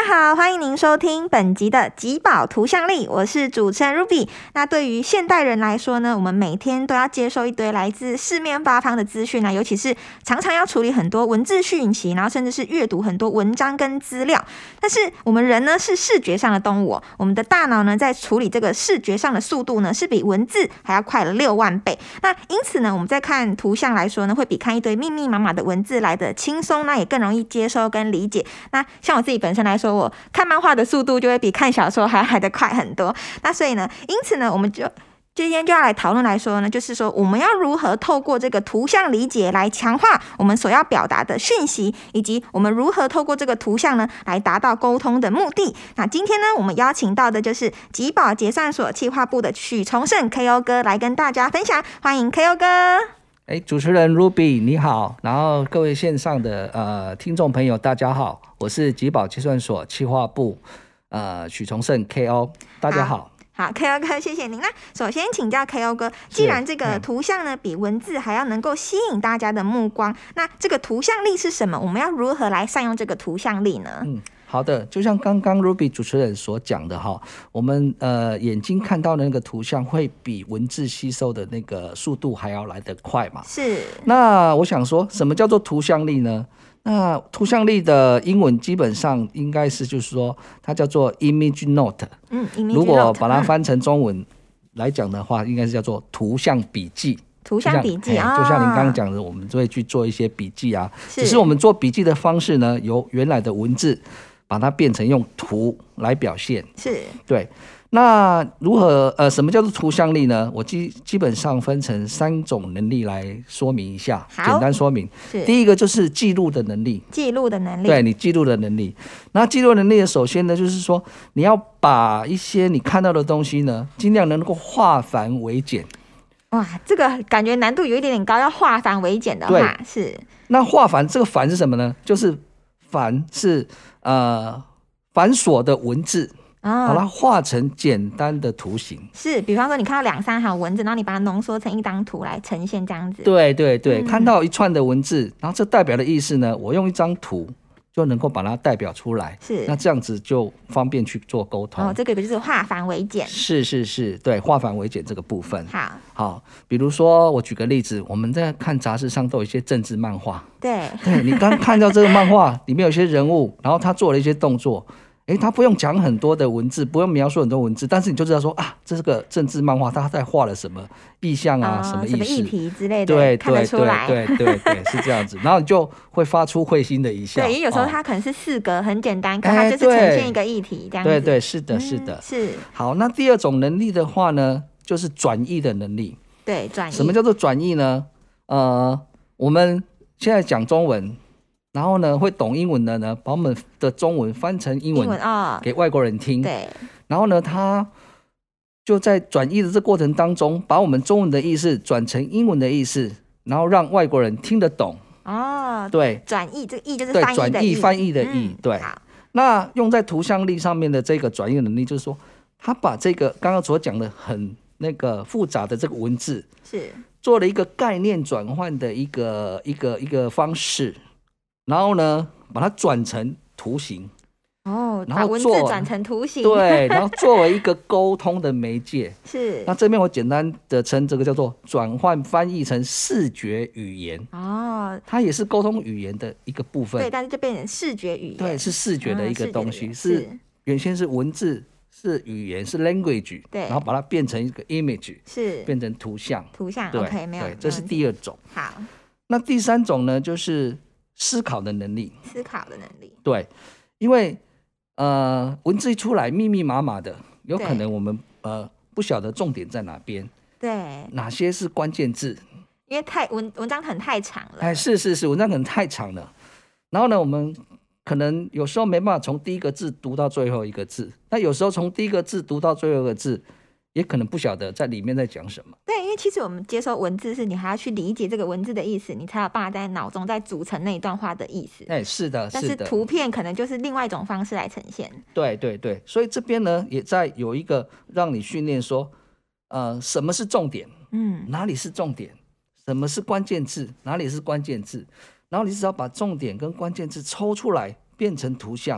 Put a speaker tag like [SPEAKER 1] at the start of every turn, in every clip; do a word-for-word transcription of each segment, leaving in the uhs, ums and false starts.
[SPEAKER 1] 好，欢迎您收听本集的集宝图像力，我是主持人 Ruby。那对于现代人来说呢，我们每天都要接受一堆来自四面八方的资讯啊，尤其是常常要处理很多文字讯息，然后甚至是阅读很多文章跟资料。但是我们人呢是视觉上的动物、哦，我们的大脑呢在处理这个视觉上的速度呢是比文字还要快了六万倍。那因此呢，我们在看图像来说呢，会比看一堆密密麻麻的文字来的轻松，那也更容易接收跟理解。那像我自己本身来说，我看漫画的速度就会比看小说还来得快很多。那所以呢，因此呢，我们就今天就要来讨论来说呢，就是说我们要如何透过这个图像理解来强化我们所要表达的讯息，以及我们如何透过这个图像呢来达到沟通的目的。那今天呢，我们邀请到的就是集宝结算所企划部的许崇胜 K O 哥来跟大家分享，欢迎 K O 哥。
[SPEAKER 2] 哎，主持人 Ruby 你好，然后各位线上的呃听众朋友大家好，我是集宝计算所企划部呃许崇胜 K O， 大家好。
[SPEAKER 1] 好 K O 哥，谢谢您。那首先请教 K O 哥，既然这个图像呢比文字还要能够吸引大家的目光，那这个图像力是什么？我们要如何来善用这个图像力呢？
[SPEAKER 2] 嗯，好的，就像刚刚 Ruby 主持人所讲的哈，我们呃眼睛看到的那个图像会比文字吸收的那个速度还要来得快嘛。
[SPEAKER 1] 是。那
[SPEAKER 2] 我想说，什么叫做图像力呢？那图像力的英文基本上应该是就是说，它叫做 image note。
[SPEAKER 1] 嗯，
[SPEAKER 2] 如果把它翻成中文来讲的话，应该是叫做图像笔记。
[SPEAKER 1] 图像笔记啊，
[SPEAKER 2] 就像您刚刚讲的，我们就会去做一些笔记啊。只是我们做笔记的方式呢，由原来的文字把它变成用图来表现。
[SPEAKER 1] 是，
[SPEAKER 2] 对。那如何呃，什么叫做图像力呢？我基基本上分成三种能力来说明一下，简单说明。第一个就是记录的能力，
[SPEAKER 1] 记录的能力，
[SPEAKER 2] 对你记录的能力。那记录能力的首先呢，就是说你要把一些你看到的东西呢，尽量能够化繁为简。
[SPEAKER 1] 哇，这个感觉难度有一点点高，要化繁为简的话是。
[SPEAKER 2] 那化繁这个繁是什么呢？就是繁是呃繁琐的文字。把它画成简单的图形，
[SPEAKER 1] 是，比方说你看到两三行文字，然后你把它浓缩成一张图来呈现这样子。
[SPEAKER 2] 对对对、嗯，看到一串的文字，然后这代表的意思呢，我用一张图就能够把它代表出来。
[SPEAKER 1] 是，
[SPEAKER 2] 那这样子就方便去做沟通。
[SPEAKER 1] 哦，这个就是化繁为简。
[SPEAKER 2] 是是是，对，化繁为简这个部分。
[SPEAKER 1] 好，
[SPEAKER 2] 好，比如说我举个例子，我们在看杂志上都有一些政治漫画。
[SPEAKER 1] 对，
[SPEAKER 2] 对你刚看到这个漫画里面有些人物，然后他做了一些动作。哎，他不用讲很多的文字，不用描述很多文字，但是你就知道说啊，这是个政治漫画，他在画了什么意象啊，哦、什么意思、什么
[SPEAKER 1] 议题之类的，
[SPEAKER 2] 对
[SPEAKER 1] 看得出来，
[SPEAKER 2] 对对对对，是这样子，然后你就会发出会心的一笑。
[SPEAKER 1] 对，因为有时候它可能是四格，很简单，可它就是呈现一个议题这样子。
[SPEAKER 2] 对对，是的，是的、嗯，
[SPEAKER 1] 是。
[SPEAKER 2] 好，那第二种能力的话呢，就是转译的能力。
[SPEAKER 1] 对，转译。
[SPEAKER 2] 什么叫做转译呢？呃，我们现在讲中文。然后呢，会懂英文的呢，把我们的中文翻成英文给外国人听。
[SPEAKER 1] 对。
[SPEAKER 2] 然后呢，他就在转译的这过程当中，把我们中文的意思转成英文的意思，然后让外国人听得懂。
[SPEAKER 1] 哦。
[SPEAKER 2] 对。
[SPEAKER 1] 转译这个译就是翻译的译。
[SPEAKER 2] 对，转译翻译的译、嗯。对。
[SPEAKER 1] 好。
[SPEAKER 2] 那用在图像力上面的这个转译能力，就是说，他把这个刚刚所讲的很那个复杂的这个文字，
[SPEAKER 1] 是
[SPEAKER 2] 做了一个概念转换的一个一个一个方式。然后呢，把它转成图形，
[SPEAKER 1] 哦，然后把文字转成图形，
[SPEAKER 2] 对，然后作为一个沟通的媒介，
[SPEAKER 1] 是。
[SPEAKER 2] 那这边我简单的称这个叫做转换翻译成视觉语言，哦，它也是沟通语言的一个部分，
[SPEAKER 1] 对，但是就变成视觉语言，
[SPEAKER 2] 对，是视觉的一个东西，嗯、是, 是原先是文字，是语言，是 language， 对，然后把它变成一个 image，
[SPEAKER 1] 是变
[SPEAKER 2] 成图像，
[SPEAKER 1] 图像，对 ，OK， 没有，
[SPEAKER 2] 对，这是第二种。
[SPEAKER 1] 好，
[SPEAKER 2] 那第三种呢，就是思考的能力，
[SPEAKER 1] 思考的能力，
[SPEAKER 2] 对，因为呃文字一出来密密麻麻的，有可能我们呃不晓得重点在哪边，
[SPEAKER 1] 对，
[SPEAKER 2] 哪些是关键字，
[SPEAKER 1] 因为太文文章可能太长了，
[SPEAKER 2] 哎，是是是，文章可能太长了，然后呢，我们可能有时候没办法从第一个字读到最后一个字，那有时候从第一个字读到最后一个字，也可能不晓得在里面在讲什么。
[SPEAKER 1] 对，因为其实我们接收文字是你还要去理解这个文字的意思，你才有办法在脑中再组成那一段话的意思。
[SPEAKER 2] 哎，是的，
[SPEAKER 1] 但是图片可能就是另外一种方式来呈现。
[SPEAKER 2] 对对对，所以这边呢也在有一个让你训练说，呃，什么是重点？嗯，哪里是重点？什么是关键字？哪里是关键字？然后你只要把重点跟关键字抽出来，变成图像。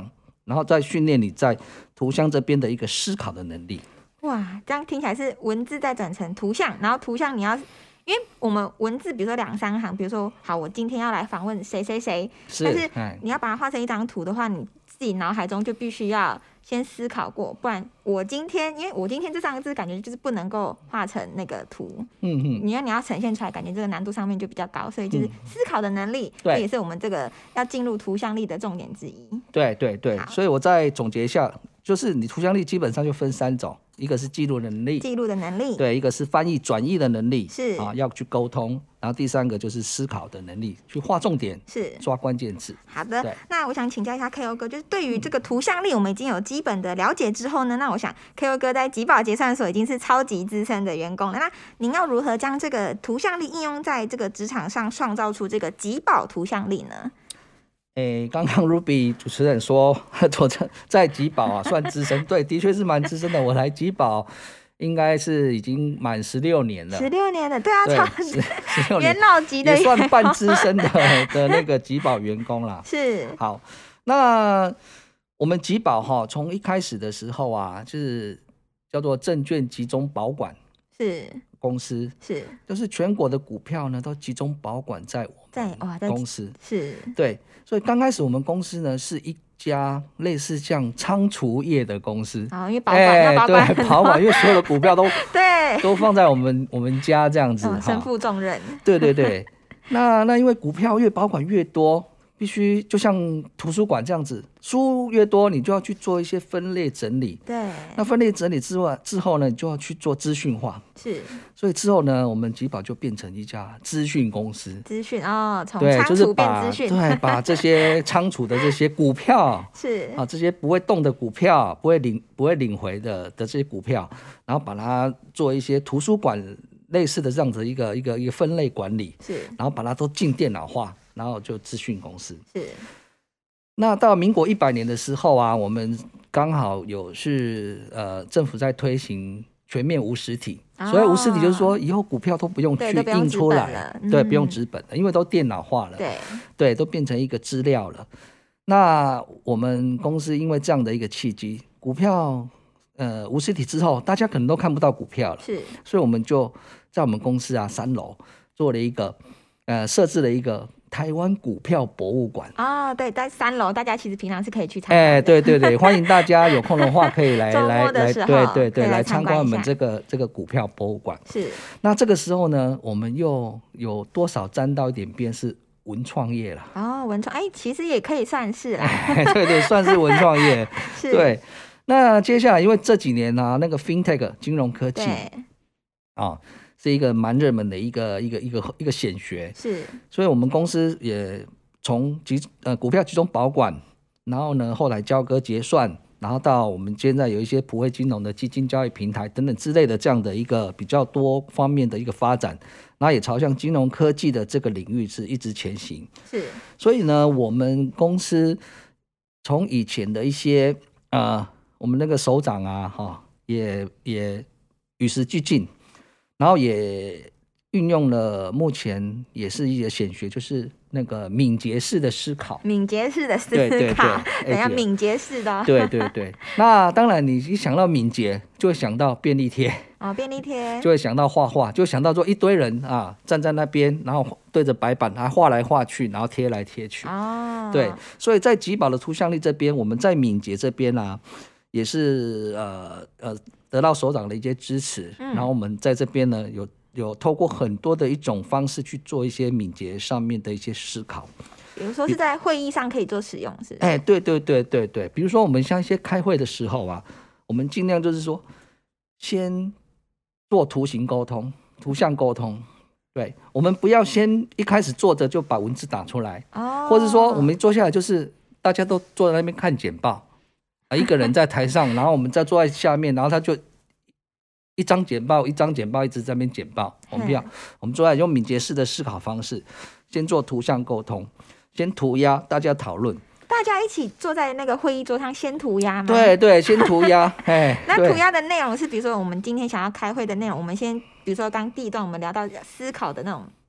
[SPEAKER 2] 然后再训练你在图像这边的一个思考的能力。
[SPEAKER 1] 哇，这样听起来是文字再转成图像，然后图像你要，因为我们文字比如说两三行，比如说好，我今天要来访问谁谁谁，但是你要把它画成一张图的话，你自己脑海中就必须要先思考过，不然我今天，因为我今天这三个字感觉就是不能够画成那个图，嗯嗯，你要你要呈现出来，感觉这个难度上面就比较高，所以就是思考的能力，这、嗯、也是我们这个要进入图像力的重点之一。
[SPEAKER 2] 对对对，所以我再总结一下，就是你图像力基本上就分三种。一个是记录能力，
[SPEAKER 1] 记录的能力，
[SPEAKER 2] 对，一个是翻译转译的能力，
[SPEAKER 1] 是
[SPEAKER 2] 啊，要去沟通，然后第三个就是思考的能力，去划重点，
[SPEAKER 1] 是
[SPEAKER 2] 抓关键字。
[SPEAKER 1] 好的，那我想请教一下 K O 哥，就是对于这个图像力，我们已经有基本的了解之后呢，那我想 K O 哥在集保结算所已经是超级资深的员工了，那您要如何将这个图像力应用在这个职场上，创造出这个集保图像力呢？
[SPEAKER 2] 诶，刚刚 Ruby 主持人说，我在集保啊算资深，对，的确是蛮资深的。我来集保应该是已经满十六年了，
[SPEAKER 1] 十六年了，对啊，超
[SPEAKER 2] 十六年
[SPEAKER 1] 元老级的，
[SPEAKER 2] 也算半资深的的那个集保员工啦。
[SPEAKER 1] 是，
[SPEAKER 2] 好，那我们集保哈，从一开始的时候啊，就是叫做证券集中保管，
[SPEAKER 1] 是。
[SPEAKER 2] 公司
[SPEAKER 1] 是，
[SPEAKER 2] 就是全国的股票呢都集中保管在我们公司，
[SPEAKER 1] 是，
[SPEAKER 2] 对，所以刚开始我们公司呢是一家类似像仓储业的公司
[SPEAKER 1] 啊、哦，因为保管、欸、要保管，
[SPEAKER 2] 对，保管，因为所有的股票都
[SPEAKER 1] 对
[SPEAKER 2] 都放在我们我们家这样子，
[SPEAKER 1] 哦、身负重任，
[SPEAKER 2] 对对对，那那因为股票越保管越多。必须就像图书馆这样子，书越多，你就要去做一些分类整理。
[SPEAKER 1] 对，
[SPEAKER 2] 那分类整理之外之后呢，你就要去做资讯化。
[SPEAKER 1] 是，
[SPEAKER 2] 所以之后呢，我们集保就变成一家资讯公司。
[SPEAKER 1] 资讯哦，从仓储变资讯，
[SPEAKER 2] 对，把这些仓储的这些股票
[SPEAKER 1] 是
[SPEAKER 2] 啊，这些不会动的股票，不会领不会领回的的这些股票，然后把它做一些图书馆类似的这样子一个一个一个分类管理，
[SPEAKER 1] 是，
[SPEAKER 2] 然后把它都进电脑化。然后就资讯公司
[SPEAKER 1] 是，
[SPEAKER 2] 那到民国一百年的时候啊，我们刚好有是呃政府在推行全面无实体，哦、所以无实体就是说以后股票都不用去印出来，
[SPEAKER 1] 对，
[SPEAKER 2] 对，不用纸本了，因为都电脑化了，
[SPEAKER 1] 对，
[SPEAKER 2] 对，都变成一个资料了。那我们公司因为这样的一个契机，股票呃无实体之后，大家可能都看不到股票了，
[SPEAKER 1] 是，
[SPEAKER 2] 所以我们就在我们公司啊三楼做了一个呃设置了一个。台湾股票博物馆
[SPEAKER 1] 哦，对，在三楼，大家其实平常是可以去参观的。
[SPEAKER 2] 哎、欸，对对对，欢迎大家有空的话可以来来来，对对对，
[SPEAKER 1] 来
[SPEAKER 2] 参观我们这个这个股票博物馆。
[SPEAKER 1] 是。
[SPEAKER 2] 那这个时候呢，我们又有多少沾到一点边是文创业了？
[SPEAKER 1] 哦，文创，哎，其实也可以算是啦。
[SPEAKER 2] 对对，算是文创业。
[SPEAKER 1] 是。
[SPEAKER 2] 对。那接下来，因为这几年啊，那个 FinTech 金融科技啊。是一个蛮热门的一个一个一个一个显学，
[SPEAKER 1] 是，
[SPEAKER 2] 所以我们公司也从集呃股票集中保管，然后呢后来交割结算，然后到我们现在有一些普惠金融的基金交易平台等等之类的这样的一个比较多方面的一个发展，然后也朝向金融科技的这个领域是一直前行。
[SPEAKER 1] 是，
[SPEAKER 2] 所以呢，我们公司从以前的一些呃我们那个首长啊哈，也也与时俱进。然后也运用了目前也是一个显学，就是那个敏捷式的思考，
[SPEAKER 1] 敏捷式的思考，
[SPEAKER 2] 对对对，
[SPEAKER 1] 等一下敏捷式的，
[SPEAKER 2] 对对对。那当然，你一想到敏捷，就会想到便利贴
[SPEAKER 1] 哦，便利贴，
[SPEAKER 2] 就会想到画画，就会想到说一堆人啊站在那边，然后对着白板还画来画去，然后贴来贴去。哦，对，所以在集保的图像力这边，我们在敏捷这边啊，也是呃呃。得到首长的一些支持，嗯、然后我们在这边呢有有透过很多的一种方式去做一些敏捷上面的一些思考，
[SPEAKER 1] 比如说是在会议上可以做使用，是？
[SPEAKER 2] 哎，对对对对对，比如说我们像一些开会的时候啊，我们尽量就是说先做图形沟通、图像沟通，对，我们不要先一开始坐着就把文字打出来，哦，或者说我们坐下来就是大家都坐在那边看简报。一个人在台上，然后我们再坐在下面，然后他就一张简报一张简报一直在那边简报。我们不要，我们坐在用敏捷式的思考方式，先做图像沟通，先涂鸦，大家讨论。
[SPEAKER 1] 大家一起坐在那个会议桌上先涂鸦吗？
[SPEAKER 2] 对对，先涂鸦。哎，
[SPEAKER 1] 那涂鸦的内容是，比如说我们今天想要开会的内容，我们先，比如说刚第一段我们聊到思考的那种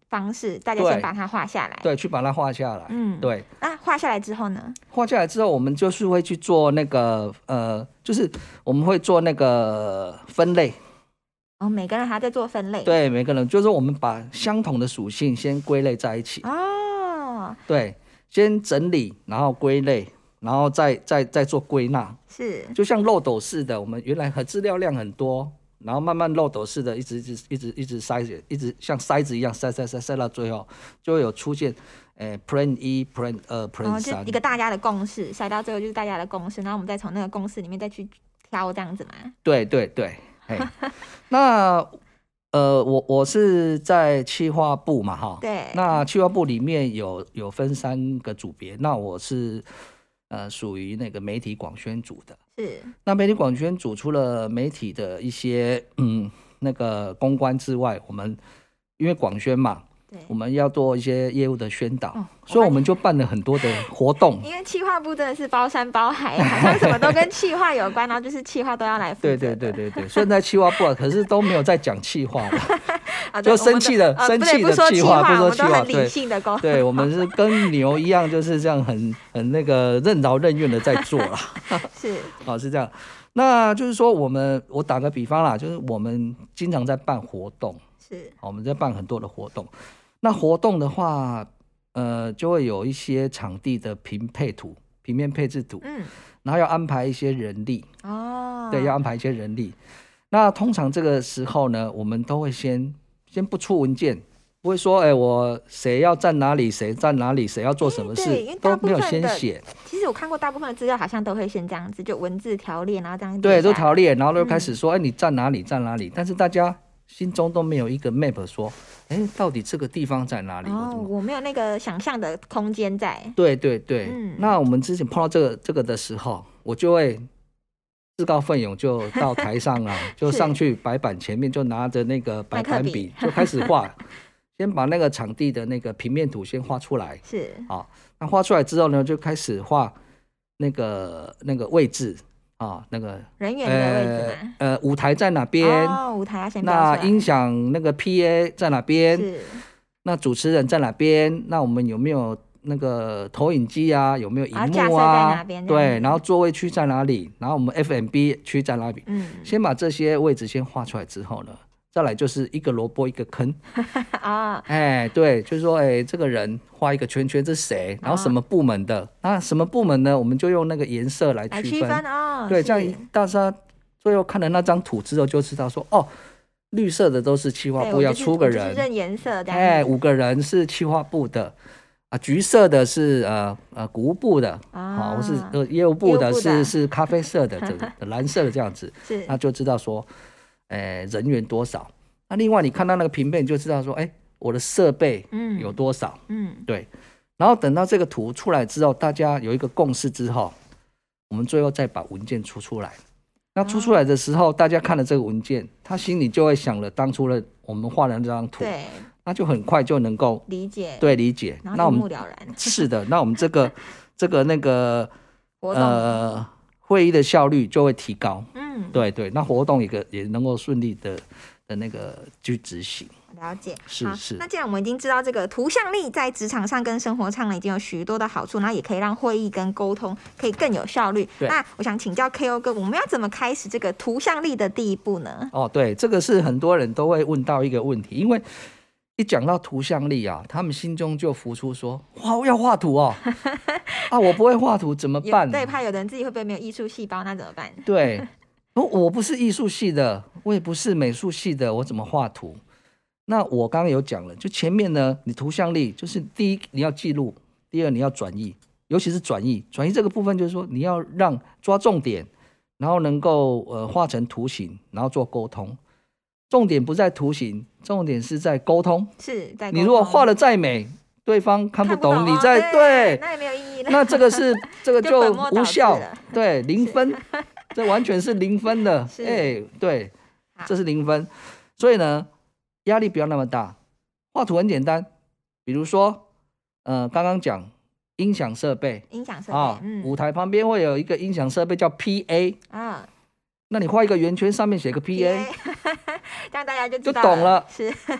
[SPEAKER 1] 方式，大家先把它画下来。
[SPEAKER 2] 对，去把它画下来。嗯，对。
[SPEAKER 1] 那画下来之后呢？
[SPEAKER 2] 画下来之后，我们就是会去做那个呃，就是我们会做那个分类。
[SPEAKER 1] 哦，每个人还在做分类。
[SPEAKER 2] 对，每个人就是我们把相同的属性先归类在一起。哦。对，先整理，然后归类，然后再再再做归纳。
[SPEAKER 1] 是。就
[SPEAKER 2] 像漏斗式的，我们原来和资料量很多。然后慢慢漏斗式的，一直一直一直一直筛，一直像筛子一样筛筛筛筛到最后，就会有出现，诶 ，plan 一 ，plan 二 ，plan 三，
[SPEAKER 1] 一个大家的共识，筛到最后就是大家的共识，然后我们再从那个共识里面再去挑这样子嘛。
[SPEAKER 2] 对对对，那呃，我我是在企划部嘛，哈，
[SPEAKER 1] 对，
[SPEAKER 2] 那企划部里面有有分三个组别，那我是呃属于那个媒体广宣组的。是，那媒体广宣组除了媒体的一些嗯那个公关之外，我们因为广宣嘛，对，我们要做一些业务的宣导，哦、所以我们就办了很多的活动。
[SPEAKER 1] 因为企划部真的是包山包海，好像什么都跟企划有关，然后就是企划都要来负责。
[SPEAKER 2] 对对对对对，虽然在企划部，可是都没有在讲企划的，就生气的、生气的企划，不说企划，
[SPEAKER 1] 对，理性的沟通。
[SPEAKER 2] 对，我们是跟牛一样，就是这样很很那个任劳任怨的在做啦。
[SPEAKER 1] 是，
[SPEAKER 2] 哦，是这样。那就是说，我们我打个比方啦，就是我们经常在办活动，是，我们在办很多的活动。那活动的话，呃，就会有一些场地的平配图、平面配置图，嗯，然后要安排一些人力，哦，对，要安排一些人力。那通常这个时候呢，我们都会先先不出文件。不会说，哎、欸，我谁要站哪里，谁站哪里，谁要做什么事，欸、都没有先写。
[SPEAKER 1] 其实我看过大部分的资料，好像都会先这样子，就文字条列，然后这样。
[SPEAKER 2] 对，都条列，然后就开始说，哎、嗯欸，你站哪里，站哪里。但是大家心中都没有一个 map 说，哎、欸，到底这个地方在哪里？
[SPEAKER 1] 哦，我没有那个想象的空间在。
[SPEAKER 2] 对对对，嗯。那我们之前碰到这个这个的时候，我就会自告奋勇，就到台上啊，就上去白板前面，就拿着那个白板笔，就开始画。先把那个场地的那个平面图先画出来，是，好，那画出来之后呢，就开始画那个那个位置啊，那个
[SPEAKER 1] 人员的位置嘛，
[SPEAKER 2] 呃，呃舞台在哪边？
[SPEAKER 1] 哦，舞台要先标
[SPEAKER 2] 出来。那音响那个 P A 在哪边？是，那主持人在哪边？那我们有没有那个投影机啊？有没有荧幕啊？
[SPEAKER 1] 在哪边？
[SPEAKER 2] 对，然后座位区在哪里？然后我们 F M B 区在哪里？嗯，先把这些位置先画出来之后呢？再来就是一个萝卜一个坑啊，哎，对，就是说，哎，这个人画一个圈圈，这是谁？然后什么部门的？那什么部门呢？我们就用那个颜色来区分
[SPEAKER 1] 哦。
[SPEAKER 2] 对，这样大家最后看了那张图之后，就知道说，哦，绿色的都是企划部要出个人，
[SPEAKER 1] 认颜色的。
[SPEAKER 2] 哎，五个人是企划部的啊，橘色的是呃呃谷物部的啊，或是呃业务部的是是咖啡色的，这个蓝色的这样子，是，那就知道说。呃，人员多少？那另外你看到那个平面，就知道说，哎、欸，我的设备有多少？嗯，对。然后等到这个图出来之后，大家有一个共识之后，我们最后再把文件出出来。那出出来的时候，哦、大家看了这个文件，他心里就会想了当初的我们画的这张图，对，那就很快就能够
[SPEAKER 1] 理解，
[SPEAKER 2] 对，理解。
[SPEAKER 1] 那我们一目了然。
[SPEAKER 2] 是的，那我们这个这个那个呃会议的效率就会提高。嗯，对对，那活动一个也能够顺利的的那个去执行。
[SPEAKER 1] 了解，
[SPEAKER 2] 是是。
[SPEAKER 1] 那既然我们已经知道这个图像力在职场上跟生活上呢已经有许多的好处，然后也可以让会议跟沟通可以更有效率。那我想请教 K O 哥，我们要怎么开始这个图像力的第一步呢？
[SPEAKER 2] 哦，对，这个是很多人都会问到一个问题，因为一讲到图像力啊，他们心中就浮出说：哇，我要画图哦，啊，我不会画图怎么办？
[SPEAKER 1] 对，怕有人自己会不会没有艺术细胞，那怎么办？
[SPEAKER 2] 对，我不是艺术系的，我也不是美术系的，我怎么画图？那我刚刚有讲了，就前面呢，你图像力就是第一你要记录，第二你要转译，尤其是转译。转译这个部分就是说你要让抓重点，然后能够呃画成图形，然后做沟通。重点不在图形，重点是在沟通。
[SPEAKER 1] 是在沟通。
[SPEAKER 2] 你如果画的再美，对方看不懂，
[SPEAKER 1] 看不懂
[SPEAKER 2] 你在、
[SPEAKER 1] 哦、
[SPEAKER 2] 对，
[SPEAKER 1] 那也没有意义了。
[SPEAKER 2] 那这个是这个就无效，对，零分，这完全是零分的。哎、欸，对，这是零分。所以呢。压力不要那么大，画图很简单，比如说，呃，刚刚讲音响设备，
[SPEAKER 1] 音响设备、啊
[SPEAKER 2] 嗯，舞台旁边会有一个音响设备叫 P A 啊，那你画一个圆圈，上面写个 P A，
[SPEAKER 1] 这样大家就知道
[SPEAKER 2] 就懂了。
[SPEAKER 1] 是，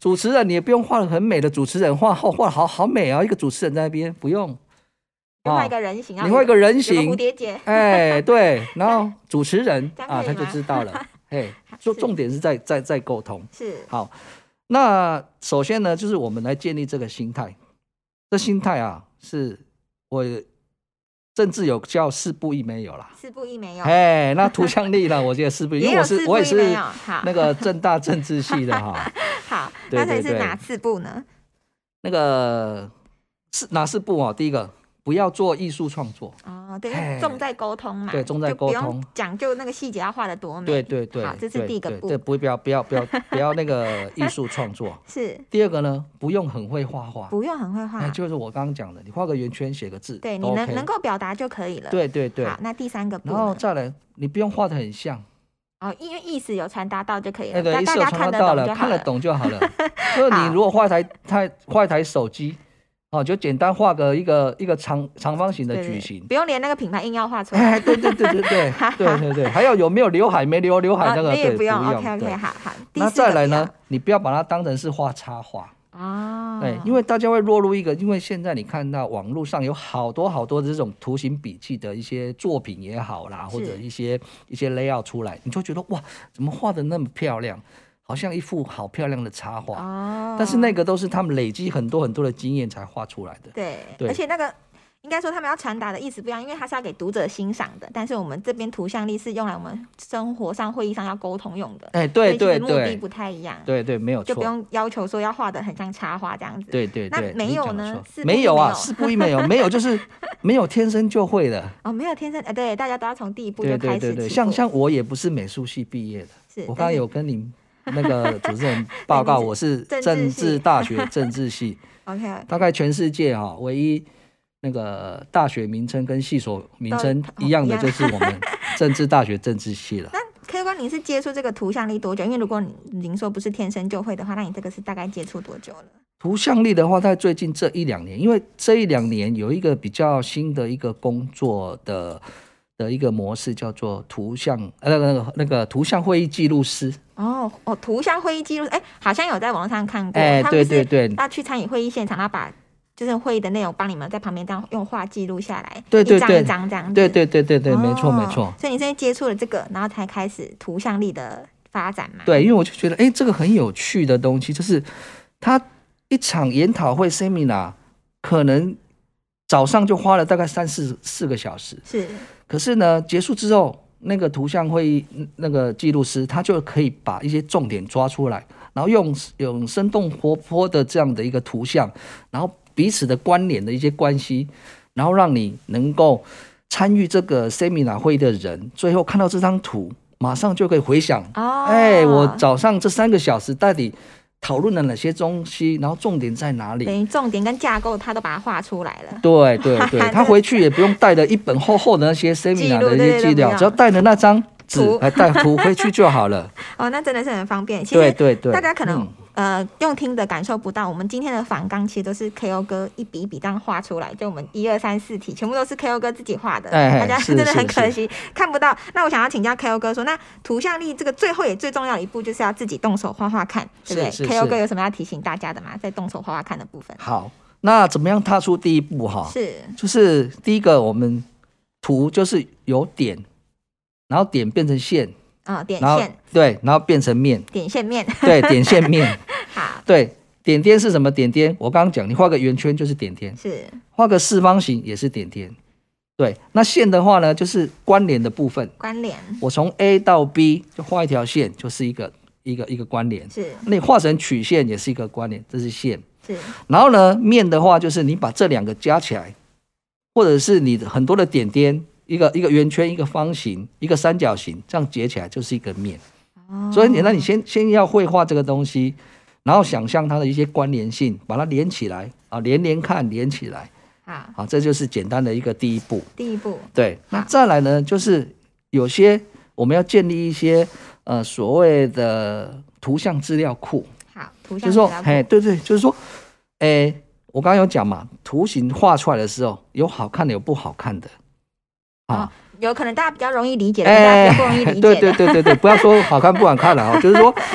[SPEAKER 2] 主持人你也不用画的很美的主持人，画画画好好美啊，一个主持人在那边不用。
[SPEAKER 1] 画一个人形，
[SPEAKER 2] 你画一个人形，
[SPEAKER 1] 蝴蝶结，
[SPEAKER 2] 哎，对，然后主持人啊，他就知道了，哎，重重点是在在在沟通，
[SPEAKER 1] 是
[SPEAKER 2] 好。那首先呢，就是我们来建立这个心态，这心态啊，是我政治有叫四不一没有啦，
[SPEAKER 1] 四不一没有，
[SPEAKER 2] 哎，那图像力呢，我觉得四不一，因为我是我也是那个政大政治系的哈，
[SPEAKER 1] 好，那这是哪四不呢？
[SPEAKER 2] 那个是哪四不啊？第一个。不要做艺术创作
[SPEAKER 1] 哦，对，重在沟通嘛，
[SPEAKER 2] 对，重在沟通，
[SPEAKER 1] 不用讲究那个细节要画的多美，
[SPEAKER 2] 对对对，
[SPEAKER 1] 好，这是第一个步，
[SPEAKER 2] 对，不要不要不要不要那个艺术创作
[SPEAKER 1] 是。
[SPEAKER 2] 第二个呢，不用很会画画，
[SPEAKER 1] 不用很会画，
[SPEAKER 2] 就是我刚刚讲的，你画个圆圈写个字，
[SPEAKER 1] 对，你能能够表达就可以了，
[SPEAKER 2] 对对对。
[SPEAKER 1] 好，那第三个步，
[SPEAKER 2] 然后再来，你不用画得很像。
[SPEAKER 1] 哦，因为意思有传达到就可以了，
[SPEAKER 2] 对对，意思有传达到了，看得懂就好了。就是你如果画一台台画一台手机。哦，就简单画个一个一个长长方形的矩形，对对对，
[SPEAKER 1] 不用连那个品牌硬要画出来。
[SPEAKER 2] 哎，对对对对对对对对，还有有没有刘海没留刘海那个，
[SPEAKER 1] 哦、
[SPEAKER 2] 对，
[SPEAKER 1] 不用。
[SPEAKER 2] 不用
[SPEAKER 1] OK OK， 好好。
[SPEAKER 2] 那再来呢，你不要把它当成是画插画哦，对，因为大家会落入一个，因为现在你看到网络上有好多好多这种图形笔记的一些作品也好啦，或者一些一些 layout 出来，你就觉得哇，怎么画的那么漂亮？好像一幅好漂亮的插画，哦，但是那个都是他们累积很多很多的经验才画出来的。
[SPEAKER 1] 对，对，而且那个应该说他们要传达的意思不一样，因为它是要给读者欣赏的，但是我们这边图像力是用来我们生活上、会议上要沟通用的。
[SPEAKER 2] 哎，对对对，
[SPEAKER 1] 目的不太一样。
[SPEAKER 2] 对对，没有错，
[SPEAKER 1] 就不用要求说要画的很像插画这样子。
[SPEAKER 2] 对对对，
[SPEAKER 1] 那没有呢？
[SPEAKER 2] 没有啊，四不一没有，没有就是没有天生就会的。
[SPEAKER 1] 哦，没有天生，哎，对，大家都要从第一步就开始。
[SPEAKER 2] 对对对，像像我也不是美术系毕业的，是我刚刚有跟你。那个主持人报告，我是政治大学政治系
[SPEAKER 1] ，OK，
[SPEAKER 2] 大概全世界哈唯一那个大学名称跟系所名称一样的，就是我们政治大学政治系了。
[SPEAKER 1] 那 K 官，您是接触这个图像力多久？因为如果您说不是天生就会的话，那你这个是大概接触多久了？
[SPEAKER 2] 图像力的话，在最近这一两年，因为这一两年有一个比较新的一个工作的。的一个模式叫做图像呃那个那个图像会议记录师
[SPEAKER 1] 哦哦，图像会议记录哎，好像有在网上看过，
[SPEAKER 2] 哎，对对对，
[SPEAKER 1] 要去参与会议现场，他把就是会议的内容帮你们在旁边这样用画记录下来，
[SPEAKER 2] 对对对，
[SPEAKER 1] 一张一张这样子，
[SPEAKER 2] 对对对对对，没错没错。
[SPEAKER 1] 所以你现在接触了这个，然后才开始图像力的发展嘛？
[SPEAKER 2] 对，因为我就觉得哎，这个很有趣的东西，就是他一场研讨会 seminar 可能早上就花了大概三四四个小时，
[SPEAKER 1] 是。
[SPEAKER 2] 可是呢，结束之后，那个图像会议那个记录师，他就可以把一些重点抓出来，然后用用生动活泼的这样的一个图像，然后彼此的关联的一些关系，然后让你能够参与这个 seminar 会议的人，最后看到这张图，马上就可以回想，哦，哎，我早上这三个小时到底讨论了哪些东西，然后重点在哪里？
[SPEAKER 1] 等于重点跟架构，他都把它画出来了。
[SPEAKER 2] 对对对，他回去也不用带着一本厚厚的那些 seminar 的一些资料，只要带着那张纸来带图回去就好了。
[SPEAKER 1] 哦，那真的是很方便。其
[SPEAKER 2] 实对对对，
[SPEAKER 1] 大家可能、嗯、呃用听的感受不到，我们今天的访纲其实都是 K O 哥一笔一笔这样画出来，就我们一二三四题全部都是 K O 哥自己画的，
[SPEAKER 2] 哎、
[SPEAKER 1] 大家真的很可惜看不到。那我想要请教 K O 哥说，那图像力这个最后也最重要的一步就是要自己动手画画看，对不对 ？K O 哥有什么要提醒大家的吗？在动手画画看的部分。
[SPEAKER 2] 好，那怎么样踏出第一步哈？
[SPEAKER 1] 是，
[SPEAKER 2] 就是第一个，我们图就是有点，然后点变成线。
[SPEAKER 1] 啊、哦，点线
[SPEAKER 2] 对，然后变成面，
[SPEAKER 1] 点线面，
[SPEAKER 2] 对，点线面。
[SPEAKER 1] 好，
[SPEAKER 2] 对，点点是什么？点点，我刚刚讲，你画个圆圈就是点点，
[SPEAKER 1] 是
[SPEAKER 2] 画个四方形也是点点。对，那线的话呢，就是关联的部分。
[SPEAKER 1] 关联，
[SPEAKER 2] 我从 A 到 B 就画一条线，就是一个一个一个关联。
[SPEAKER 1] 是，
[SPEAKER 2] 那你画成曲线也是一个关联，这是线。
[SPEAKER 1] 是，
[SPEAKER 2] 然后呢，面的话就是你把这两个加起来，或者是你很多的点点。一个一个圆圈，一个方形，一个三角形，这样结起来就是一个面。哦、所以你那你先先要绘画这个东西，然后想象它的一些关联性，把它连起来啊，连连看，连起来。
[SPEAKER 1] 好，
[SPEAKER 2] 好，这就是简单的一个第一步。
[SPEAKER 1] 第一步，
[SPEAKER 2] 对。那再来呢，就是有些我们要建立一些呃所谓的图像资料库。
[SPEAKER 1] 好，图像资料库。就是说，
[SPEAKER 2] 哎，对对，就是说，哎，我刚刚有讲嘛，图形画出来的时候，有好看的，有不好看的。
[SPEAKER 1] 哦，有可能大家比较容易理解的，大家比较不容易理解的。
[SPEAKER 2] 对对对对对，不要说好看不好看了哦，就是说，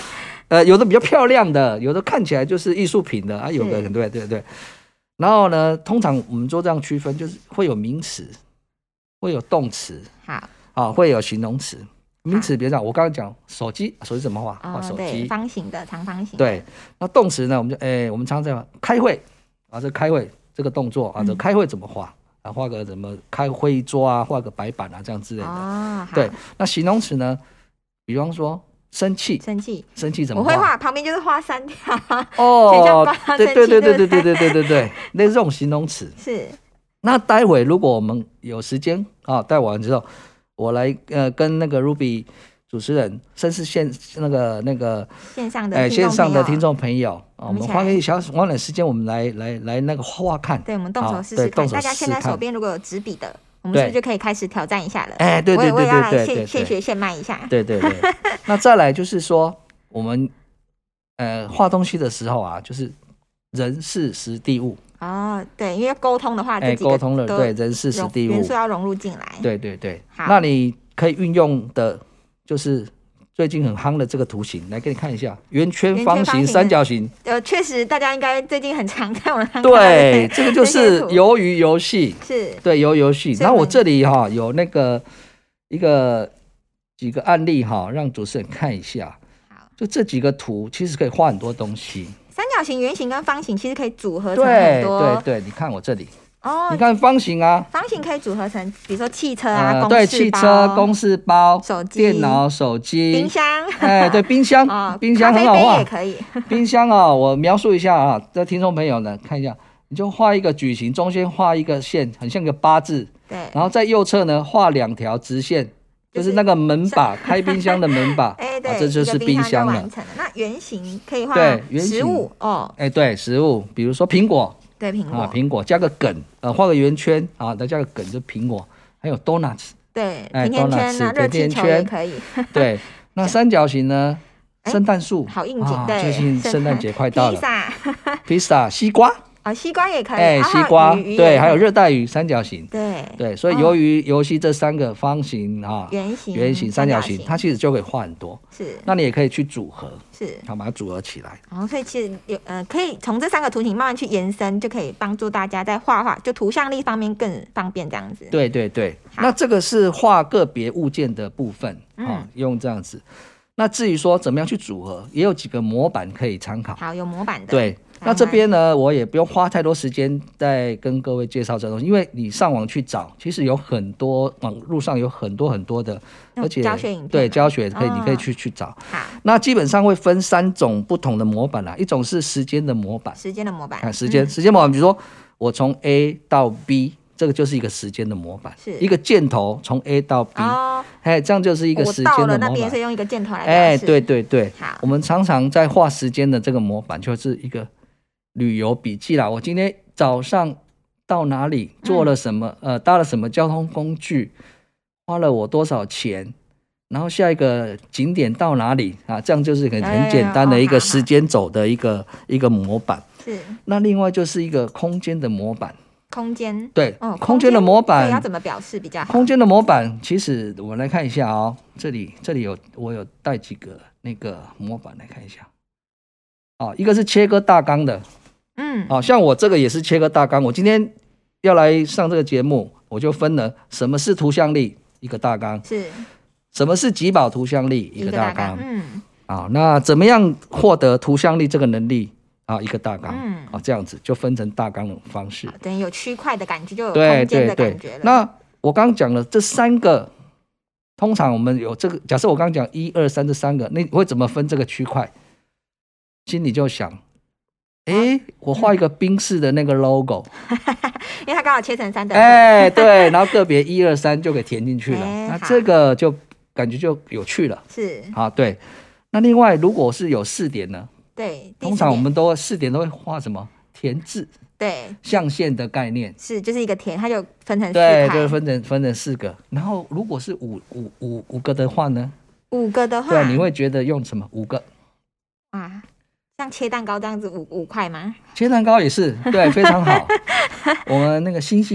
[SPEAKER 2] 呃，有的比较漂亮的，有的看起来就是艺术品的啊，有的对对对。然后呢，通常我们做这样区分，就是会有名词，会有动词，
[SPEAKER 1] 好，
[SPEAKER 2] 啊，会有形容词。名词比如讲，我刚刚讲手机，手机怎么画？画手机，
[SPEAKER 1] 方形的、长方形。
[SPEAKER 2] 对，那动词呢？我们就哎，我们常常在开会啊，这开会这个动作啊，这开会怎么画？啊，画个怎么开会议桌啊，画个白板啊，这样之类的。哦，对，那形容词呢？比方说生气，
[SPEAKER 1] 生气，
[SPEAKER 2] 生气怎么画？
[SPEAKER 1] 我会画，旁边就是画三条。
[SPEAKER 2] 哦，对对对对对对对对对对，那是这种形容词。
[SPEAKER 1] 是。
[SPEAKER 2] 那待会如果我们有时间啊，待完之后。我来呃跟那个 Ruby 主持人，甚至线那个那个
[SPEAKER 1] 线上的
[SPEAKER 2] 哎线上的听众朋友啊，我们花个一小时花点时间，我们来来来那个画画看。
[SPEAKER 1] 对，我们动手试试看。大家现在手边如果有纸笔的，我们是不是就可以开始挑战一下了？哎，
[SPEAKER 2] 对对对对对
[SPEAKER 1] 对，现学现卖一下。
[SPEAKER 2] 对对对。那再来就是说，我们呃画东西的时候啊，就是人事时地物。
[SPEAKER 1] 哦，对，因为沟通的话，
[SPEAKER 2] 哎，沟通了，对，人事时地物
[SPEAKER 1] 元素要融入进来。
[SPEAKER 2] 对对对，那你可以运用的，就是最近很夯的这个图形，来给你看一下，圆圈、方形、三角形。
[SPEAKER 1] 呃，确实，大家应该最近很常在我们
[SPEAKER 2] 对，这个就是鱿鱼游戏，
[SPEAKER 1] 是
[SPEAKER 2] 对鱿鱼游戏。然后我这里哈有那个一个几个案例哈，让主持人看一下。好，就这几个图，其实可以画很多东西。
[SPEAKER 1] 三角形、圆形跟方形其实可以组合成很多。
[SPEAKER 2] 对对对，你看我这里哦，你看方形啊，
[SPEAKER 1] 方形可以组合成，比如说汽车啊，呃、
[SPEAKER 2] 对，汽车、公事包、
[SPEAKER 1] 手机、
[SPEAKER 2] 电脑、手机、
[SPEAKER 1] 冰箱，
[SPEAKER 2] 哎，对，冰箱，哦、冰箱很好画，
[SPEAKER 1] 也可以。
[SPEAKER 2] 冰箱啊、哦，我描述一下啊，这听众朋友呢看一下，你就画一个矩形，中间画一个线，很像个八字，
[SPEAKER 1] 对，
[SPEAKER 2] 然后在右侧呢画两条直线。就是那个门把，开冰箱的门把，
[SPEAKER 1] 哎，对，
[SPEAKER 2] 啊、这就是冰箱了。
[SPEAKER 1] 那圆形可以画食物哦，
[SPEAKER 2] 哎，对，食物，比如说苹果，
[SPEAKER 1] 对，苹果，
[SPEAKER 2] 啊，苹果加个梗，呃，画个圆圈啊，再加个梗就苹果，还有 donuts，
[SPEAKER 1] 对，甜甜圈啊，热气球也可以。
[SPEAKER 2] 对，那三角形呢？圣诞树，
[SPEAKER 1] 好应景，对，
[SPEAKER 2] 最近圣诞节快到了。
[SPEAKER 1] 披萨，
[SPEAKER 2] 披萨，西瓜。
[SPEAKER 1] 哦，西瓜也可以，
[SPEAKER 2] 哎，西瓜，对，还有热带鱼三角形，
[SPEAKER 1] 对
[SPEAKER 2] 对，所以鱿鱼游戏这三个方形啊、
[SPEAKER 1] 圆形、
[SPEAKER 2] 圆形、三角形，它其实就可以画很多。
[SPEAKER 1] 是，
[SPEAKER 2] 那你也可以去组合，
[SPEAKER 1] 是，
[SPEAKER 2] 好把它组合起来。
[SPEAKER 1] 哦，所以其实有呃，可以从这三个图形慢慢去延伸，就可以帮助大家在画画就图像力方面更方便这样子。
[SPEAKER 2] 对对对，那这个是画个别物件的部分啊、嗯，用这样子。那至于说怎么样去组合，也有几个模板可以参考。
[SPEAKER 1] 好，有模板的。
[SPEAKER 2] 对，那这边呢，我也不用花太多时间在跟各位介绍这东西，因为你上网去找，其实有很多网路上有很多很多的，而且
[SPEAKER 1] 教学影片
[SPEAKER 2] 对教学可以，哦、你可以去去找。
[SPEAKER 1] 好，
[SPEAKER 2] 那基本上会分三种不同的模板啦，一种是时间的模板，
[SPEAKER 1] 时间的模板，
[SPEAKER 2] 看时间、嗯、时间模板，比如说我从 A 到 B。这个就是一个时间的模板，
[SPEAKER 1] 是
[SPEAKER 2] 一个箭头从 A 到 B， 哦，哎，这样就是一个时间的模板。我到了
[SPEAKER 1] 那边是用一个箭头来表示。
[SPEAKER 2] 哎，对对对，
[SPEAKER 1] 好，
[SPEAKER 2] 我们常常在画时间的这个模板，就是一个旅游笔记啦。我今天早上到哪里，做了什么，嗯、呃，搭了什么交通工具，花了我多少钱，然后下一个景点到哪里啊？这样就是很很简单的一个时间轴的一个、哦、一个模板。
[SPEAKER 1] 是。
[SPEAKER 2] 那另外就是一个空间的模板。
[SPEAKER 1] 空间
[SPEAKER 2] 对、哦，空间的模板
[SPEAKER 1] 要怎么表示比较好？
[SPEAKER 2] 空间的模板，其实我们来看一下哦，这里这里有我有带几个那个模板来看一下。哦，一个是切割大纲的，嗯，哦，像我这个也是切割大纲。我今天要来上这个节目，我就分了什么是图像力一个大纲，
[SPEAKER 1] 是
[SPEAKER 2] 什么是极保图像力一个大纲，
[SPEAKER 1] 嗯，
[SPEAKER 2] 啊、哦，那怎么样获得图像力这个能力？啊，一个大纲，嗯，啊，这样子就分成大纲的方式，
[SPEAKER 1] 等于有区块的感觉，就有空间的感觉了。对对对，
[SPEAKER 2] 那我刚刚讲了这三个，通常我们有这个，假设我刚刚讲一二三这三个，那会怎么分这个区块？心里就想，哎、啊，我画一个宾士的那个 logo，、
[SPEAKER 1] 嗯、因为它刚好切成三等份，
[SPEAKER 2] 哎，对，然后个别一二三就给填进去了，那这个就感觉就有趣了，
[SPEAKER 1] 是
[SPEAKER 2] 啊，对。那另外，如果是有四点呢？
[SPEAKER 1] 对，
[SPEAKER 2] 通常我们都四点都会画什么填字，
[SPEAKER 1] 对，
[SPEAKER 2] 象限的概念
[SPEAKER 1] 是就是一个填，它就分成四
[SPEAKER 2] 对，就是分成分成四个。然后如果是五五五五个的话呢？
[SPEAKER 1] 五个的话，
[SPEAKER 2] 对，你会觉得用什么？五个
[SPEAKER 1] 啊，像切蛋糕这样子五五块吗？
[SPEAKER 2] 切蛋糕也是对，非常好。我们那个星星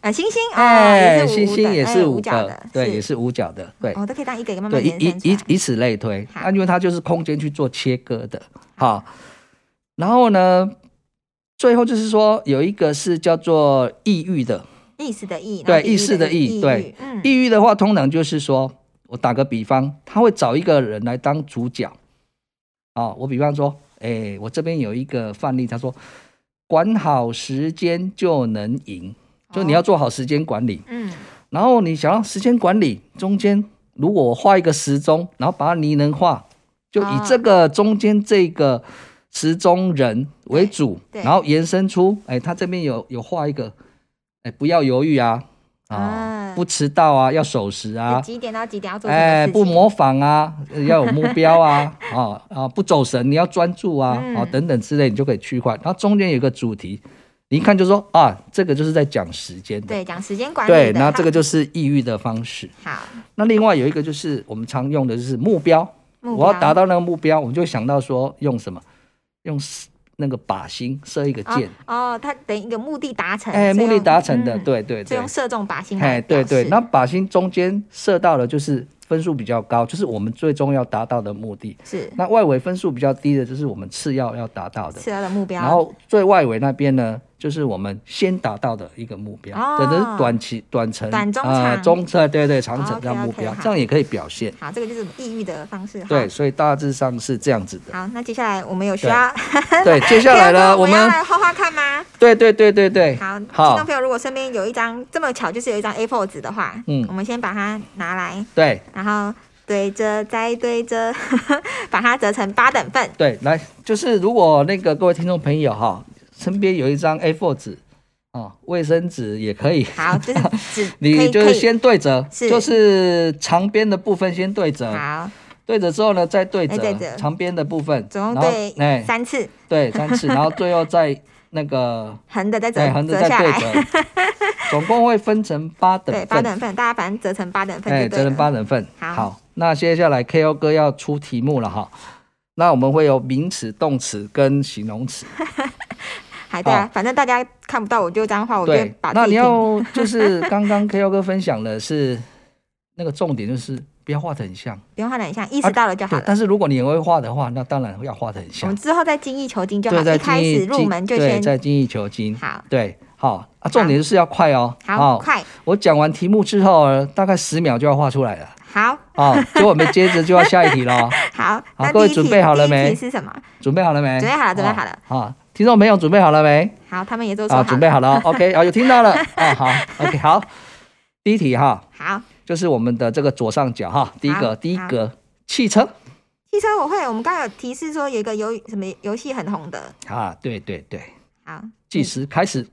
[SPEAKER 1] 呃，星星，
[SPEAKER 2] 哎，
[SPEAKER 1] 哦、
[SPEAKER 2] 星星也是五个，
[SPEAKER 1] 哎、的
[SPEAKER 2] 对，也是五角的，对，
[SPEAKER 1] 哦，都可以当一个一个慢
[SPEAKER 2] 对，
[SPEAKER 1] 慢延伸
[SPEAKER 2] 以以以此类推。那、啊、因为它就是空间去做切割的，好，然后呢，最后就是说有一个是叫做抑郁的，
[SPEAKER 1] 意识的意，
[SPEAKER 2] 对，意识的意，对，嗯、抑郁的话，通常就是说，我打个比方，他会找一个人来当主角，哦，我比方说，哎，我这边有一个范例，他说，管好时间就能赢，就你要做好时间管理，嗯，然后你想要时间管理中间，如果我画一个时钟，然后把它拟人化，就以这个中间这个时钟人为主，然后延伸出，哎，他这边有有画一个，哎，不要犹豫啊。啊、哦，不迟到啊，要守时啊，
[SPEAKER 1] 几点到几点要做什么事情？
[SPEAKER 2] 哎，不模仿啊，要有目標啊，啊啊，不走神，你要專注啊，嗯、啊等等之類，你就可以區塊。然後中間有一個主題，你一看就說啊，這個就是在講時間的，
[SPEAKER 1] 對，講時間管理的。
[SPEAKER 2] 對，然後這個就是抑鬱的方式。
[SPEAKER 1] 好，
[SPEAKER 2] 那另外有一個就是我們常用的就是目標，目標我要達到那個目標，我們就會想到說用什麼，用那個靶心射一個箭
[SPEAKER 1] 哦，它等一個目的達成，
[SPEAKER 2] 哎，目的達成的，嗯、對對對，
[SPEAKER 1] 就用射中靶心來表示。
[SPEAKER 2] 對對，那靶心中間射到了就是分數比較高，就是我們最終要達到的目的。是，那外圍分數比較低的，就是我們次要要達到的
[SPEAKER 1] 次要的目標。
[SPEAKER 2] 然後最外圍那邊呢，就是我們先達到的一個目標，哦、這是短期、短程、
[SPEAKER 1] 短中長、
[SPEAKER 2] 呃、中程，對對，長程的目標，哦、okay, okay, 這樣也可以表現。
[SPEAKER 1] 好，這個就是抑鬱的方式。
[SPEAKER 2] 對，所以大致上是這樣子的。
[SPEAKER 1] 好，那接下來我們有需要
[SPEAKER 2] 對，對，接下來呢，我們
[SPEAKER 1] 要來畫畫看嗎？
[SPEAKER 2] 對對對對對。
[SPEAKER 1] 好，聽眾朋友，如果身邊有一張這麼巧，就是有一張 A 四 紙的話，嗯，我們先把它拿來，
[SPEAKER 2] 對，
[SPEAKER 1] 然後對着再對着，把它折成八等份。
[SPEAKER 2] 對，來，就是如果那個各位聽眾朋友哈，身邊有一張 A 四 紙。哦，衛生紙也可以。
[SPEAKER 1] 好，就是紙，
[SPEAKER 2] 你就是先對折，就是長邊的部分先對折。
[SPEAKER 1] 好，
[SPEAKER 2] 對折之後呢，再對折長邊的部分，
[SPEAKER 1] 總共對哎三次。
[SPEAKER 2] 對，三次，然後最後再那個
[SPEAKER 1] 橫的再折，
[SPEAKER 2] 橫的再對折，總共會分成八等份。
[SPEAKER 1] 對，八等份，大家反正折成八等份。
[SPEAKER 2] 哎，折成八等份。
[SPEAKER 1] 好，
[SPEAKER 2] 好，那接下來 K O 哥要出題目了哈。那我們會有名詞、動詞跟形容詞。
[SPEAKER 1] 還對啊，反正大家看不到，我就這樣畫，我就把自己。
[SPEAKER 2] 那你要就是剛剛 K O 哥分享的是那個重點，就是不要畫得很像，
[SPEAKER 1] 不用畫得很像，意識到了就好了。
[SPEAKER 2] 但是如果你也會畫的話，那當然要畫得很像。
[SPEAKER 1] 我們之後再精益求精就好，一開始入門就先。
[SPEAKER 2] 對，再精益求精。
[SPEAKER 1] 好，
[SPEAKER 2] 對，好啊，重點就是要快哦。
[SPEAKER 1] 好，快。
[SPEAKER 2] 我講完題目之後，大概十秒就要畫出來了。
[SPEAKER 1] 好。
[SPEAKER 2] 哦，結果我們接着就要下一題咯。
[SPEAKER 1] 好，
[SPEAKER 2] 好，各位準備好了沒？
[SPEAKER 1] 第一題是什麼？
[SPEAKER 2] 準備好了沒？
[SPEAKER 1] 準備好了，準備好了。
[SPEAKER 2] 好。聽眾朋友準備好了沒？
[SPEAKER 1] 好，他們也都說好了。
[SPEAKER 2] 準備好了 ，OK， 啊，有聽到了，啊，好 ，OK， 好，第一題哈，
[SPEAKER 1] 好，
[SPEAKER 2] 就是我們的這個左上角哈，第一個，第一個汽車，
[SPEAKER 1] 汽車我會，我們剛剛有提示說有一個遊什麼遊戲很紅的，
[SPEAKER 2] 啊，對對對，
[SPEAKER 1] 好，
[SPEAKER 2] 計時開始，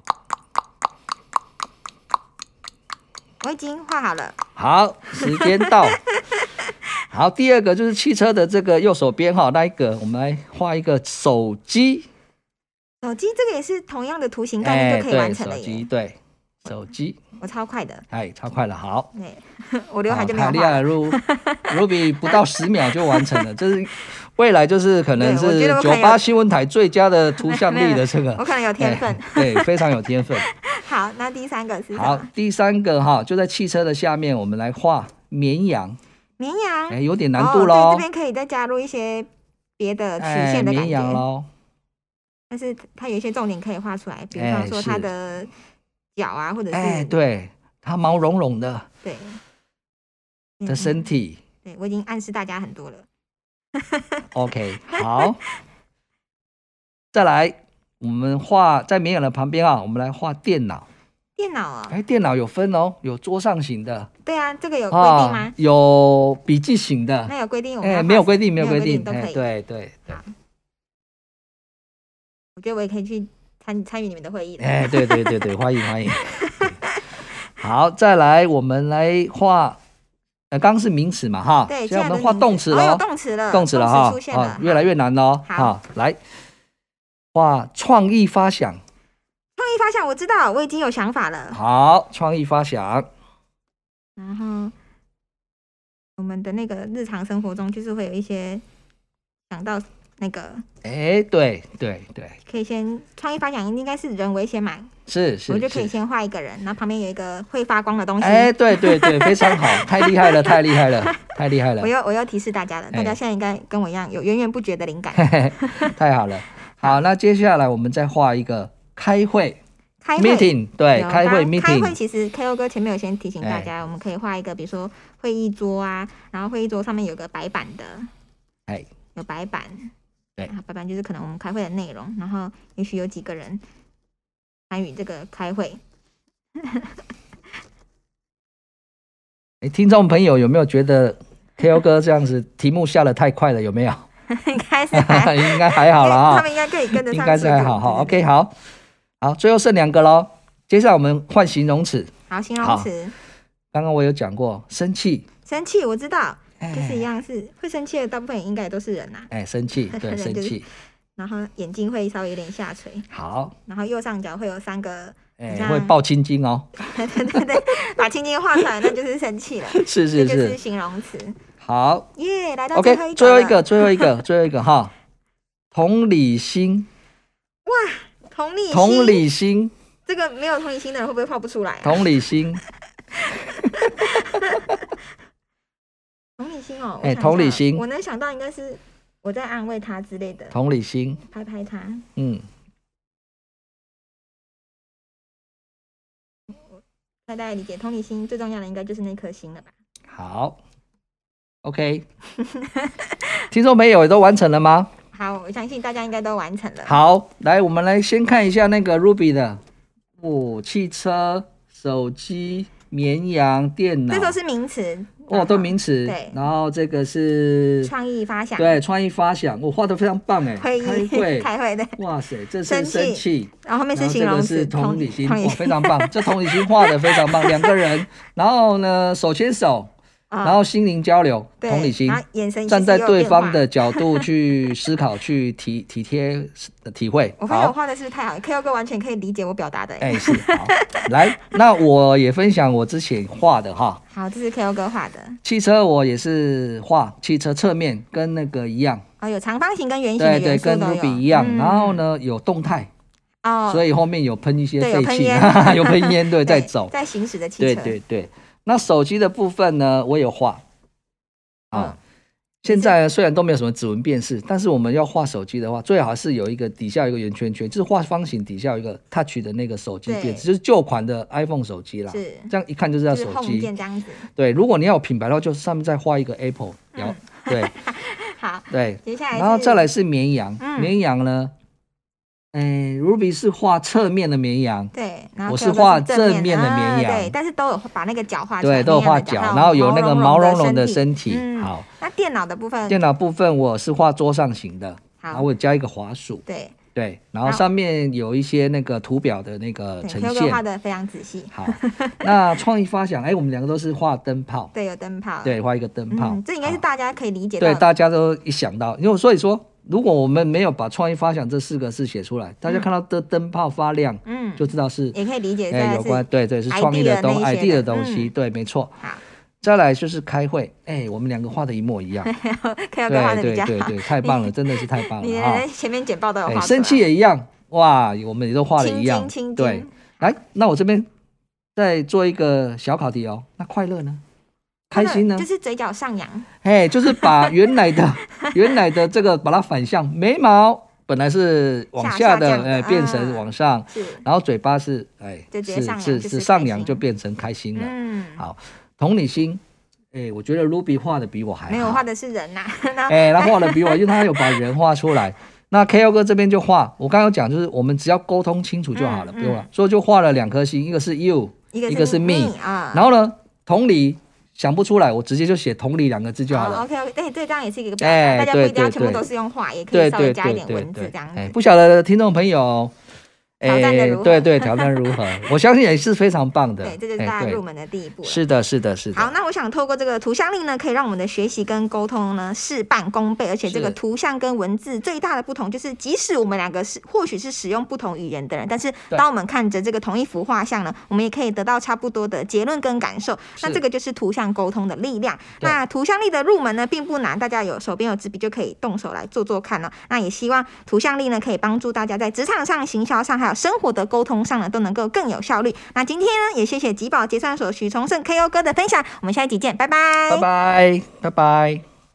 [SPEAKER 1] 我已經畫好了，
[SPEAKER 2] 好，時間到。好，第二個就是汽車的這個右手邊哈，那一個我們來畫一個手機。
[SPEAKER 1] 手機這個也是同樣的圖形概念就可以完成了耶。
[SPEAKER 2] 手機對，手機。
[SPEAKER 1] 我超快的。
[SPEAKER 2] 哎，超快了，好。
[SPEAKER 1] 我劉海就沒有畫。
[SPEAKER 2] 太厲害了，Ruby 不到十秒就完成了，這是未來就是可能是九八新聞台最佳的圖像力的這個。
[SPEAKER 1] 我可能有天分。
[SPEAKER 2] 對，非常有天分。
[SPEAKER 1] 好，那第三個是什麼？
[SPEAKER 2] 好，第三個哈，就在汽車的下面，我們來畫綿羊。綿
[SPEAKER 1] 羊，
[SPEAKER 2] 哎，有點難度咯。
[SPEAKER 1] 對，這邊可以再加入一些別的曲線的感覺。
[SPEAKER 2] 綿羊咯。
[SPEAKER 1] 但是它有一些重點可以畫出來，比方說它的腳啊，或者是，
[SPEAKER 2] 哎，對，它毛茸茸的，
[SPEAKER 1] 對，
[SPEAKER 2] 的身體。
[SPEAKER 1] 對，我已經暗示大家很多了。
[SPEAKER 2] OK， 好，再來，我們畫在綿羊的旁邊啊，我們來畫電腦。
[SPEAKER 1] 電腦啊，
[SPEAKER 2] 哎，電腦有分哦，有桌上型的。
[SPEAKER 1] 對啊，這個有規定嗎？
[SPEAKER 2] 啊、有筆記型的。
[SPEAKER 1] 那有規定我？
[SPEAKER 2] 哎，沒有規定，沒有規定，
[SPEAKER 1] 都可以。
[SPEAKER 2] 對對對。
[SPEAKER 1] 我覺得我也可以去參參與你們的會議了。
[SPEAKER 2] 哎，對對對對，歡迎歡迎。好，再來，我們來畫。呃，剛剛是名詞嘛，哈。
[SPEAKER 1] 對，
[SPEAKER 2] 現在我們畫動詞了。
[SPEAKER 1] 哦，有動詞了。
[SPEAKER 2] 動詞了哈。
[SPEAKER 1] 出現了。
[SPEAKER 2] 越來越難了。好，來畫創意發想。
[SPEAKER 1] 創意發想，我知道，我已經有想法了。
[SPEAKER 2] 好，創意發想。
[SPEAKER 1] 然後我們的那個日常生活中，就是會有一些想到那个，
[SPEAKER 2] 哎，对对对，
[SPEAKER 1] 可以先创意发想，应该是人为先嘛，
[SPEAKER 2] 是是，
[SPEAKER 1] 我就可以先画一个人，然后旁边有一个会发光的东西。
[SPEAKER 2] 哎，对对对，非常好，太厉害了，太厉害了，太厉害了。
[SPEAKER 1] 我又我又提示大家了，大家现在应该跟我一样有源源不绝的灵感。
[SPEAKER 2] 太好了，好，那接下来我们再画一个开会。
[SPEAKER 1] 开会
[SPEAKER 2] meeting 对，开会 meeting。
[SPEAKER 1] 开会其实 K O 哥前面有先提醒大家，我们可以画一个，比如说会议桌啊，然后会议桌上面有个白板的，
[SPEAKER 2] 哎，
[SPEAKER 1] 有白板，
[SPEAKER 2] 对，
[SPEAKER 1] 白板就是可能我们开会的内容，然后也许有几个人参与这个开会。
[SPEAKER 2] 哎，听众朋友有没有觉得 K O 哥这样子题目下得太快了？有没有？
[SPEAKER 1] 应该是还
[SPEAKER 2] 应该还好了啊，
[SPEAKER 1] 他们应该可以跟得上，
[SPEAKER 2] 应该是还好哈。OK， 好。好，最后剩两个咯，接下来我们换形容词。
[SPEAKER 1] 好，形容词。
[SPEAKER 2] 刚刚我有讲过，生气。
[SPEAKER 1] 生气，我知道，哎、就是一样是会生气的，大部分应该也都是人呐、啊。
[SPEAKER 2] 哎，生气，对，生气。
[SPEAKER 1] 然后眼睛会稍微有点下垂。
[SPEAKER 2] 好。
[SPEAKER 1] 然后右上角会有三个，
[SPEAKER 2] 哎，会爆青筋哦。
[SPEAKER 1] 对对对，把青筋画出来，那就是生气了。
[SPEAKER 2] 是是是，
[SPEAKER 1] 这就是形容词。
[SPEAKER 2] 好，
[SPEAKER 1] 耶、yeah, 来到最后一个
[SPEAKER 2] ，OK， 最后一个，最后一个，最后一个哈，同理心。
[SPEAKER 1] 哇，同理心。
[SPEAKER 2] 同理心。
[SPEAKER 1] 这个没有同理心的人会不会画不出来、啊？
[SPEAKER 2] 同理心，
[SPEAKER 1] 同理心哦，
[SPEAKER 2] 哎、欸，同理心，
[SPEAKER 1] 我能想到应该是我在安慰他之类的。
[SPEAKER 2] 同理心，
[SPEAKER 1] 拍拍他，
[SPEAKER 2] 嗯，
[SPEAKER 1] 大家理解，同理心最重要的应该就是那颗心了吧？
[SPEAKER 2] 好 ，OK， 听众朋友也都完成了吗？
[SPEAKER 1] 好，我相信大家应该都完成了。
[SPEAKER 2] 好，来，我们来先看一下那个 Ruby 的。哦，汽车、手机、绵羊、电脑，
[SPEAKER 1] 这都是名词
[SPEAKER 2] 哦，都名词。
[SPEAKER 1] 对，
[SPEAKER 2] 然后这个是
[SPEAKER 1] 创意发想，
[SPEAKER 2] 对，创意发想，我、哦、画的非常棒哎。
[SPEAKER 1] 会议
[SPEAKER 2] 开会，
[SPEAKER 1] 开会的，
[SPEAKER 2] 哇塞，这是生气，
[SPEAKER 1] 然后后面是形容词，
[SPEAKER 2] 是同理心，哇、哦，非常棒，这同理心画的非常棒，两个人，然后呢，手牵手。然后心灵交流，同理心，
[SPEAKER 1] 眼神
[SPEAKER 2] 站在对方的角度去思考，去体体贴体会。
[SPEAKER 1] 我发现我画的是不是太好 ？K O 哥完全可以理解我表达的。
[SPEAKER 2] 哎，是好。来，那我也分享我之前画的哈。
[SPEAKER 1] 好，这是 K O 哥画的。
[SPEAKER 2] 汽车我也是画汽车侧面，跟那个一样。
[SPEAKER 1] 哦，有长方形跟圆形的元素都有。
[SPEAKER 2] 对对，跟 Ruby 一样。嗯、然后呢，有动态。
[SPEAKER 1] 哦。
[SPEAKER 2] 所以后面有喷一些废气，
[SPEAKER 1] 有
[SPEAKER 2] 有喷烟，对，在走，
[SPEAKER 1] 在行驶的汽车。
[SPEAKER 2] 对对对。那手机的部分呢，我有画。啊、嗯，现在虽然都没有什么指纹辨识，但是我们要画手机的话，最好是有一个底下有一个圆圈圈，就是画方形底下有一个 Touch 的那个手机辨识，就是旧款的 iPhone 手机啦。
[SPEAKER 1] 是，
[SPEAKER 2] 这样一看就知道手机。
[SPEAKER 1] 这样子。
[SPEAKER 2] 对，如果你要有品牌的话，就上面再画一个 Apple，然后、嗯、对，
[SPEAKER 1] 好，
[SPEAKER 2] 对，
[SPEAKER 1] 接下来
[SPEAKER 2] 然后再来是绵羊，
[SPEAKER 1] 嗯、
[SPEAKER 2] 绵羊呢。哎 ，Ruby 是画侧面的绵羊，
[SPEAKER 1] 对，然后
[SPEAKER 2] 我是画正面的绵羊，
[SPEAKER 1] 啊、对，但是都有把那个脚画出来，
[SPEAKER 2] 对，都有画脚，然后有那个毛茸茸的身体。
[SPEAKER 1] 嗯、
[SPEAKER 2] 好，
[SPEAKER 1] 那电脑的部分，
[SPEAKER 2] 电脑部分我是画桌上型的，然后我加一个滑鼠，
[SPEAKER 1] 对
[SPEAKER 2] 对，然后上面有一些那个图表的那个呈现，
[SPEAKER 1] 画的非常仔细。
[SPEAKER 2] 好，那创意发想，哎，我们两个都是画灯泡，
[SPEAKER 1] 对，有灯泡，
[SPEAKER 2] 对，画一个灯泡、
[SPEAKER 1] 嗯，这应该是大家可以理解到，
[SPEAKER 2] 对，大家都一想到，因为所以说。如果我们没有把创意发想这四个字写出来，大家看到的灯泡发亮，嗯，就知道是
[SPEAKER 1] 也可以理解
[SPEAKER 2] 哎有关，对对，是创意的东 idea 的东西，对，没错。
[SPEAKER 1] 好，
[SPEAKER 2] 再来就是开会，哎，我们两个画的一模一样，
[SPEAKER 1] 对对
[SPEAKER 2] 对对对，太棒了，真的是太棒了
[SPEAKER 1] 你的前面简报都有画，
[SPEAKER 2] 生气也一样，哇，我们也都画的一样，对。来，那我这边再做一个小考题哦，那快乐呢？开心呢，
[SPEAKER 1] 就是嘴角上扬，
[SPEAKER 2] 哎，就是把原来的原来的这个把它反向，眉毛本来是往下的，哎，变成往上，
[SPEAKER 1] 是，
[SPEAKER 2] 然后嘴巴是，哎，
[SPEAKER 1] 是
[SPEAKER 2] 是是上扬就变成开心了，嗯，好，同理心，哎，我觉得 Ruby 画的比我还好，
[SPEAKER 1] 没有画的是人呐，
[SPEAKER 2] 哎，他画的比我，因为他有把人画出来。那 K O 哥这边就画，我刚刚讲就是我们只要沟通清楚就好了，不用了，所以就画了两颗星，一个是 you， 一个是 me 啊，然后呢，同理。想不出来，我直接就写同理两个字就好了。
[SPEAKER 1] OK OK， 对，这张也是一个表达，哎、大家不一定要全部都是用画，也可以稍微加一点文字这样子。
[SPEAKER 2] 哎，不晓得听众朋友，
[SPEAKER 1] 挑战的如何？
[SPEAKER 2] 对对，挑战如何？我相信也是非常棒的。
[SPEAKER 1] 对，这就是大家入门的第一步。
[SPEAKER 2] 是的，是的，是的。
[SPEAKER 1] 好，那我想透过这个图像力呢，可以让我们的学习跟沟通呢事半功倍，而且这个图像跟文字最大的不同就是，即使我们两个是或许是使用不同语言的人，但是当我们看着这个同一幅画像呢，我们也可以得到差不多的结论跟感受。那这个就是图像沟通的力量。那图像力的入门呢，并不难，大家有手边有纸笔就可以动手来做做看哦。那也希望图像力呢，可以帮助大家在职场上、行销上，还有生活的沟通上呢，都能够更有效率。那今天呢，也谢谢集宝结算所许崇胜 K O 哥的分享，我们下一集见，拜拜，
[SPEAKER 2] 拜拜，拜拜。